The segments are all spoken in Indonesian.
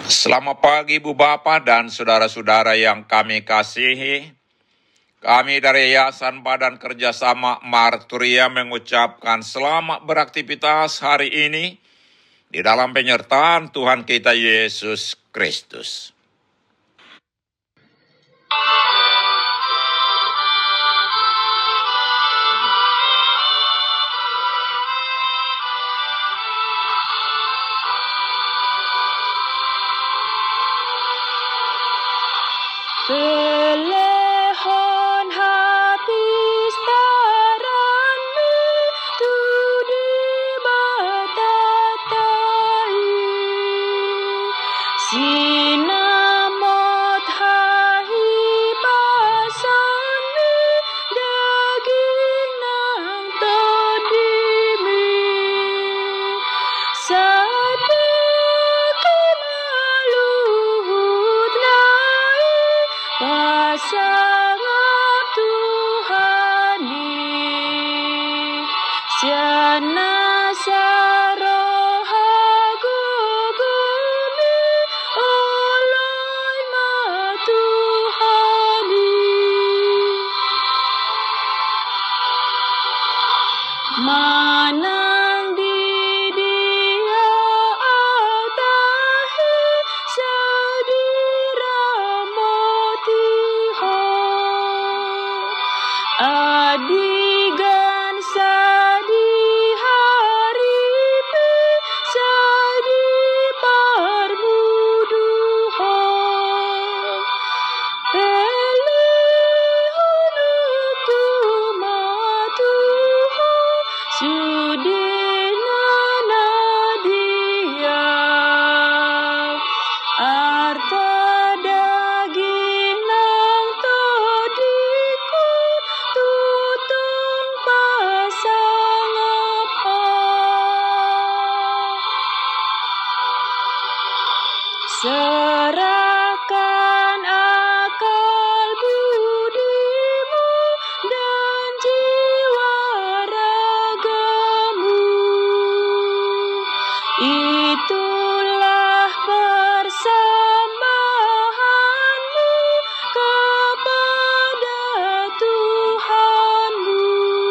Selamat pagi Ibu Bapak dan saudara-saudara yang kami kasihi. Kami dari Yayasan Badan Kerjasama Marturia mengucapkan selamat beraktivitas hari ini di dalam penyertaan Tuhan kita Yesus Kristus. Pelehon habis taranmu tu di batatai sinamot hahi basoni daging nang todimi sadaki maluhut lai pasangan Tuhani siana saroha gugumi oloi ma Tuhani manang di dia atahi sadira motiho adigan sadi haripi sadi parbuduho pelihonu tumatuho sudinana dia arta daging nang todiku tutung pasangapa serahkan akal budimu dan jiwa ragamu itulah persembahanmu kepada Tuhanmu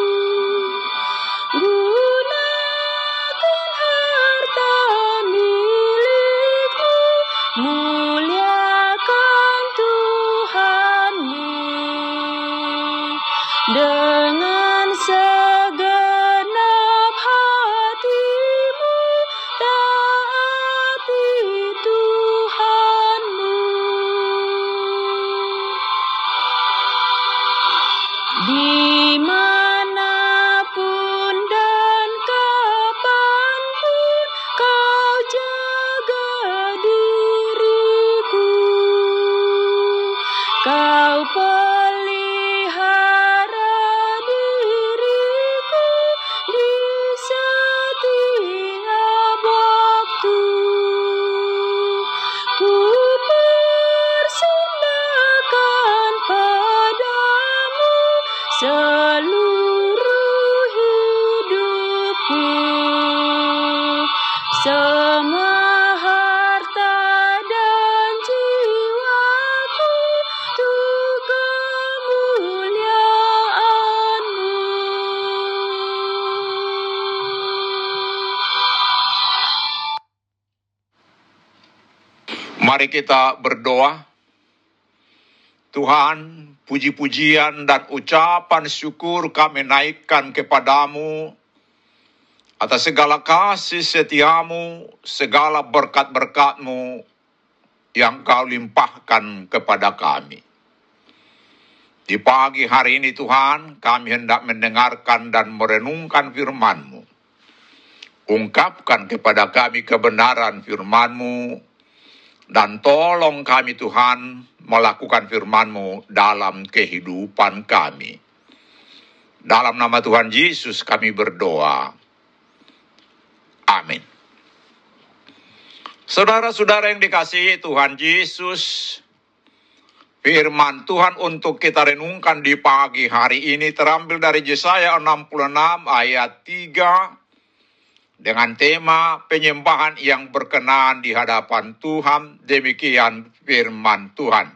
gunakan harta milikmu muliakan Tuhanmu dengan segenap hatimu taati Tuhanmu dimanapun dan kapanpun kau jaga diriku kau pelihara diriku di setiap waktu ku persembahkan padamu seluruh hidupku semua harta dan jiwaku untuk kemuliaan-Mu. Mari kita berdoa. Tuhan, puji-pujian dan ucapan syukur kami naikkan kepadamu atas segala kasih setiamu, segala berkat-berkat-Mu yang Kau limpahkan kepada kami. Di pagi hari ini Tuhan, kami hendak mendengarkan dan merenungkan firman-Mu. Ungkapkan kepada kami kebenaran firman-Mu, dan tolong kami Tuhan melakukan firman-Mu dalam kehidupan kami. Dalam nama Tuhan Yesus kami berdoa. Amin. Saudara-saudara yang dikasihi Tuhan Yesus, firman Tuhan untuk kita renungkan di pagi hari ini terambil dari Yesaya 66 ayat 3 dengan tema penyembahan yang berkenan di hadapan Tuhan. Demikian firman Tuhan.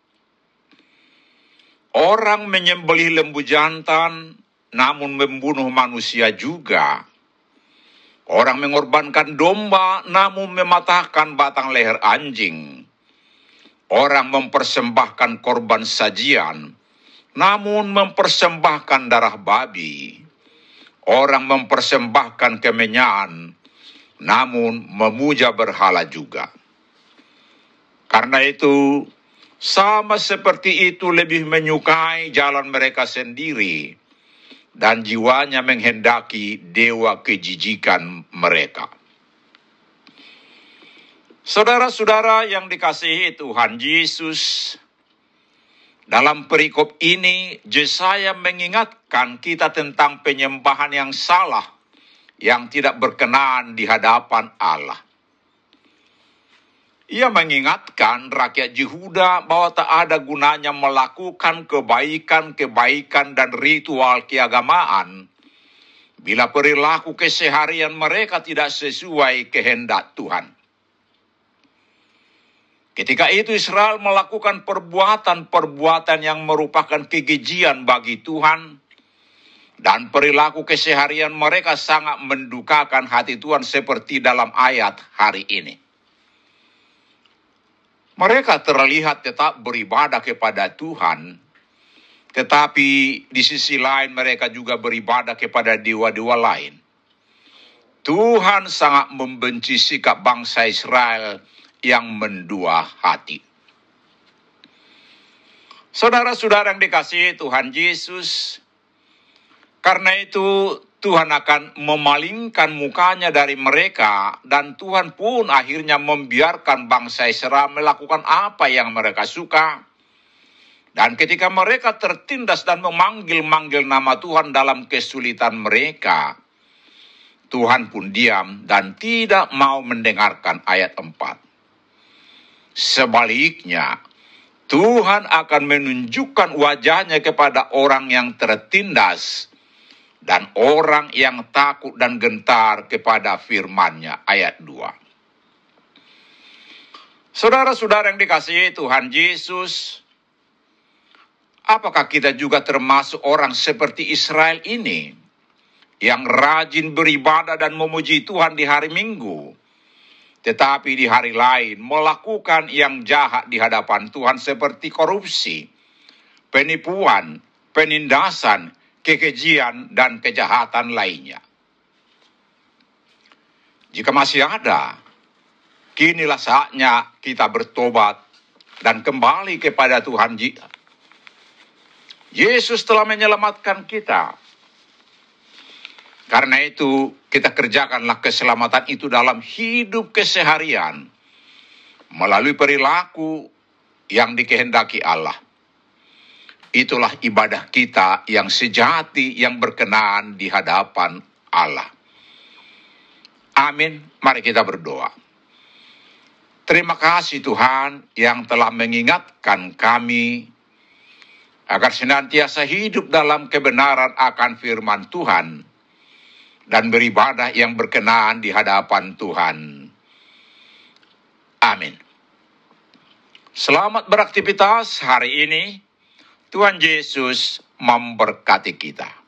Orang menyembelih lembu jantan, namun membunuh manusia juga. Orang mengorbankan domba, namun mematahkan batang leher anjing. Orang mempersembahkan korban sajian, namun mempersembahkan darah babi. Orang mempersembahkan kemenyan, namun memuja berhala juga. Karena itu, sama seperti itu lebih menyukai jalan mereka sendiri, dan jiwanya menghendaki dewa kejijikan mereka. Saudara-saudara yang dikasihi Tuhan Yesus, dalam perikop ini, Yesaya mengingatkan kita tentang penyembahan yang salah, yang tidak berkenan di hadapan Allah. Ia mengingatkan rakyat Yehuda bahwa tak ada gunanya melakukan kebaikan dan ritual keagamaan bila perilaku keseharian mereka tidak sesuai kehendak Tuhan. Ketika itu Israel melakukan perbuatan-perbuatan yang merupakan kekejian bagi Tuhan, dan perilaku keseharian mereka sangat mendukakan hati Tuhan seperti dalam ayat hari ini. Mereka terlihat tetap beribadah kepada Tuhan, tetapi di sisi lain mereka juga beribadah kepada dewa-dewa lain. Tuhan sangat membenci sikap bangsa Israel yang mendua hati. Saudara-saudara yang dikasihi Tuhan Yesus, karena itu Tuhan akan memalingkan mukanya dari mereka, dan Tuhan pun akhirnya membiarkan bangsa Israel melakukan apa yang mereka suka. Dan ketika mereka tertindas dan memanggil-manggil nama Tuhan dalam kesulitan mereka, Tuhan pun diam dan tidak mau mendengarkan ayat 4. Sebaliknya, Tuhan akan menunjukkan wajahnya kepada orang yang tertindas dan orang yang takut dan gentar kepada firman-Nya. Ayat 2. Saudara-saudara yang dikasihi Tuhan Yesus, apakah kita juga termasuk orang seperti Israel ini, yang rajin beribadah dan memuji Tuhan di hari Minggu, tetapi di hari lain melakukan yang jahat di hadapan Tuhan seperti korupsi, penipuan, penindasan, kekejian, dan kejahatan lainnya? Jika masih ada, kinilah saatnya kita bertobat dan kembali kepada Tuhan. Yesus telah menyelamatkan kita. Karena itu, kita kerjakanlah keselamatan itu dalam hidup keseharian, melalui perilaku yang dikehendaki Allah. Itulah ibadah kita yang sejati, yang berkenan di hadapan Allah. Amin. Mari kita berdoa. Terima kasih Tuhan yang telah mengingatkan kami agar senantiasa hidup dalam kebenaran akan firman Tuhan dan beribadah yang berkenan di hadapan Tuhan. Amin. Selamat beraktivitas hari ini. Tuhan Yesus memberkati kita.